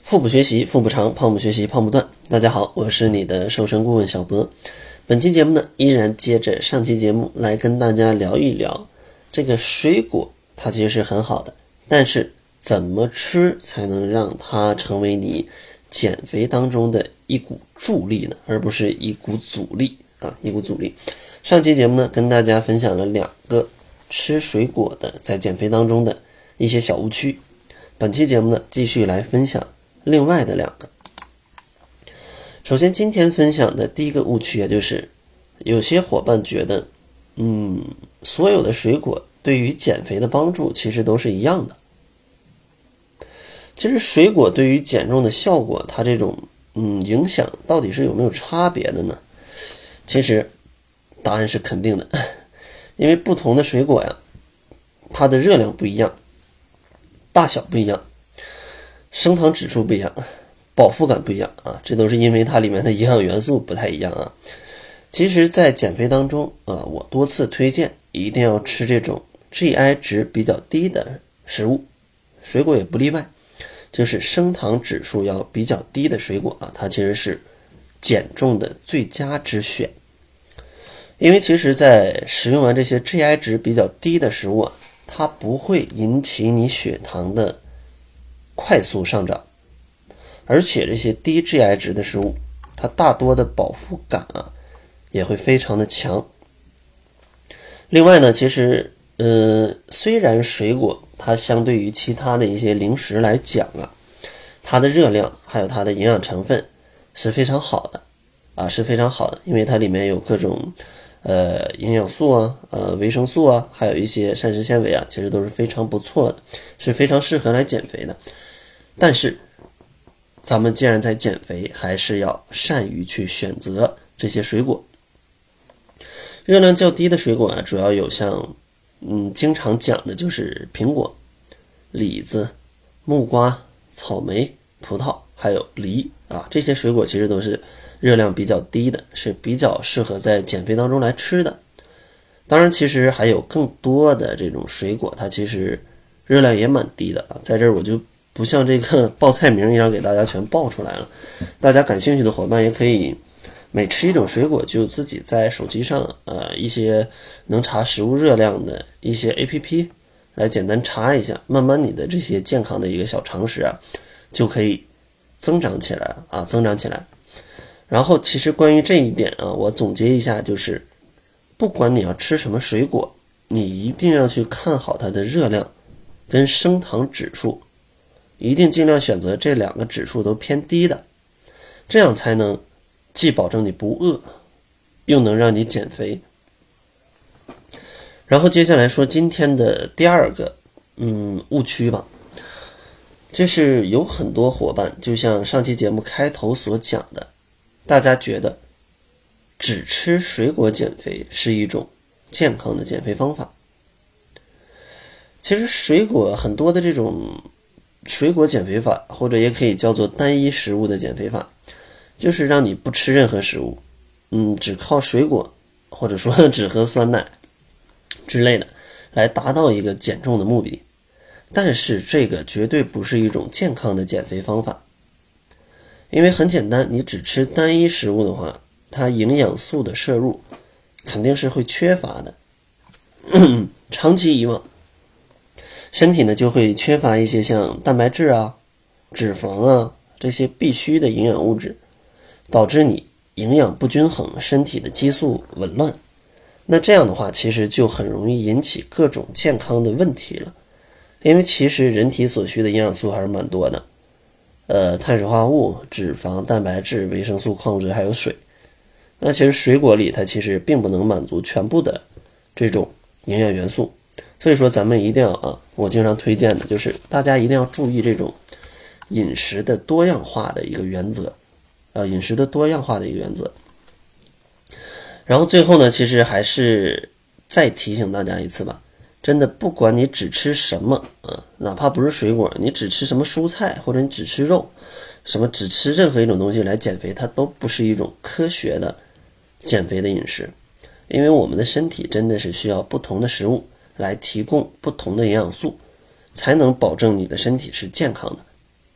腹部学习腹部长，胖不学习胖不断。大家好，我是你的瘦身顾问小博。本期节目呢，依然接着上期节目来跟大家聊一聊这个水果，它其实是很好的，但是怎么吃才能让它成为你减肥当中的一股助力呢，而不是一股阻力啊，一股阻力。上期节目呢，跟大家分享了2个吃水果的在减肥当中的一些小误区。本期节目呢，继续来分享另外的2个。首先今天分享的第一个误区，也就是有些伙伴觉得所有的水果对于减肥的帮助其实都是一样的。其实水果对于减重的效果，它这种影响到底是有没有差别的呢？其实答案是肯定的，因为不同的水果呀，它的热量不一样，大小不一样，升糖指数不一样，饱腹感不一样啊，这都是因为它里面的营养元素不太一样啊。其实在减肥当中我多次推荐一定要吃这种 GI 值比较低的食物，水果也不例外，就是升糖指数要比较低的水果它其实是减重的最佳之选。因为其实在食用完这些 GI 值比较低的食物它不会引起你血糖的快速上涨，而且这些低 GI 值的食物，它大多的饱腹感也会非常的强。另外呢，其实虽然水果它相对于其他的一些零食来讲它的热量还有它的营养成分是非常好的是非常好的，因为它里面有各种营养素维生素还有一些膳食纤维其实都是非常不错的，是非常适合来减肥的。但是咱们既然在减肥，还是要善于去选择这些水果。热量较低的水果主要有像经常讲的就是苹果、李子、木瓜、草莓、葡萄还有梨这些水果其实都是热量比较低的，是比较适合在减肥当中来吃的。当然其实还有更多的这种水果，它其实热量也蛮低的在这儿我就不像这个报菜名一样给大家全报出来了，大家感兴趣的伙伴也可以每吃一种水果就自己在手机上一些能查食物热量的一些 APP 来简单查一下，慢慢你的这些健康的一个小常识就可以增长起来增长起来。然后其实关于这一点我总结一下，就是不管你要吃什么水果，你一定要去看好它的热量跟升糖指数，一定尽量选择这2个指数都偏低的，这样才能既保证你不饿，又能让你减肥。然后接下来说今天的第2个误区吧，就是有很多伙伴就像上期节目开头所讲的，大家觉得只吃水果减肥是一种健康的减肥方法。其实水果很多的这种水果减肥法，或者也可以叫做单一食物的减肥法，就是让你不吃任何食物只靠水果或者说只喝酸奶之类的来达到一个减重的目的。但是这个绝对不是一种健康的减肥方法，因为很简单，你只吃单一食物的话，它营养素的摄入肯定是会缺乏的长期以往身体呢就会缺乏一些像蛋白质脂肪这些必须的营养物质，导致你营养不均衡，身体的激素紊乱。那这样的话其实就很容易引起各种健康的问题了。因为其实人体所需的营养素还是蛮多的，碳水化合物、脂肪、蛋白质、维生素、矿物质还有水。那其实水果里它其实并不能满足全部的这种营养元素，所以说咱们一定要我经常推荐的就是大家一定要注意这种饮食的多样化的一个原则饮食的多样化的一个原则。然后最后呢，其实还是再提醒大家一次吧，真的不管你只吃什么哪怕不是水果，你只吃什么蔬菜，或者你只吃肉，什么只吃任何一种东西来减肥，它都不是一种科学的减肥的饮食。因为我们的身体真的是需要不同的食物来提供不同的营养素，才能保证你的身体是健康的。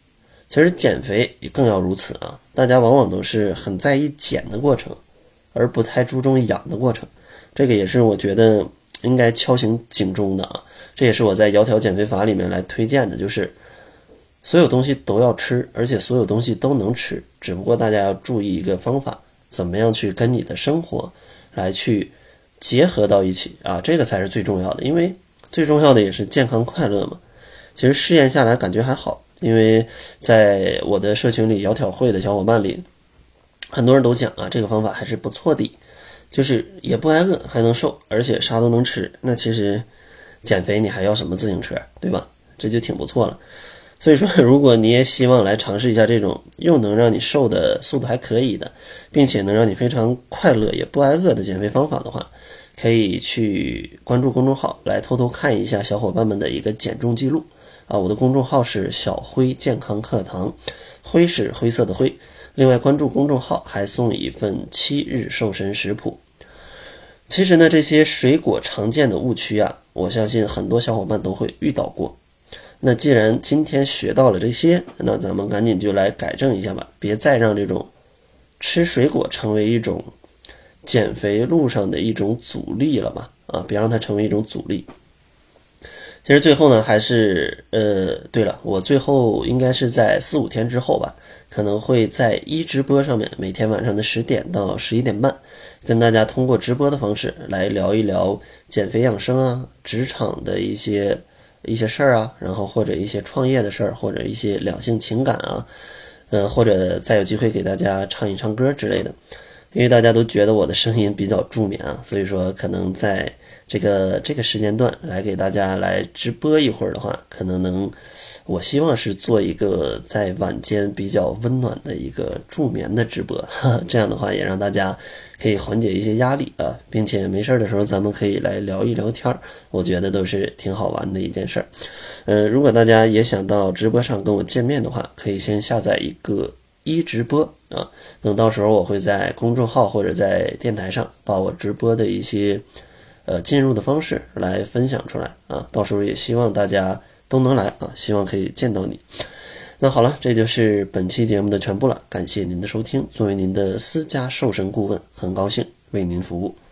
其实减肥更要如此啊，大家往往都是很在意减的过程，而不太注重养的过程。这个也是我觉得应该敲醒警钟的啊。这也是我在窈窕减肥法里面来推荐的，就是所有东西都要吃，而且所有东西都能吃，只不过大家要注意一个方法，怎么样去跟你的生活来去结合到一起啊，这个才是最重要的。因为最重要的也是健康快乐嘛。其实试验下来感觉还好，因为在我的社群里窈窕会的小伙伴里，很多人都讲啊，这个方法还是不错的，就是也不挨饿还能瘦，而且啥都能吃。那其实减肥你还要什么自行车，对吧？这就挺不错了。所以说如果你也希望来尝试一下这种又能让你瘦的速度还可以的，并且能让你非常快乐也不挨饿的减肥方法的话，可以去关注公众号来偷偷看一下小伙伴们的一个减重记录啊。我的公众号是小辉健康课堂，辉是灰色的灰。另外关注公众号还送一份7日瘦身食谱。其实呢，这些水果常见的误区啊，我相信很多小伙伴都会遇到过。那既然今天学到了这些，那咱们赶紧就来改正一下吧，别再让这种吃水果成为一种减肥路上的一种阻力了吧，啊，别让它成为一种阻力。其实最后呢，还是对了，我最后应该是在4-5天之后吧，可能会在直播上面，每天晚上的10点到11点半，跟大家通过直播的方式来聊一聊减肥养生啊，职场的一些事儿啊，然后或者一些创业的事儿，或者一些两性情感啊，或者再有机会给大家唱一唱歌之类的。因为大家都觉得我的声音比较助眠啊，所以说可能在这个时间段来给大家来直播一会儿的话，可能我希望是做一个在晚间比较温暖的一个助眠的直播，这样的话也让大家可以缓解一些压力啊，并且没事的时候咱们可以来聊一聊天，我觉得都是挺好玩的一件事儿。如果大家也想到直播上跟我见面的话，可以先下载一个直播啊，等到时候我会在公众号或者在电台上把我直播的一些进入的方式来分享出来啊，到时候也希望大家都能来啊，希望可以见到你。那好了，这就是本期节目的全部了，感谢您的收听。作为您的私家瘦身顾问，很高兴为您服务。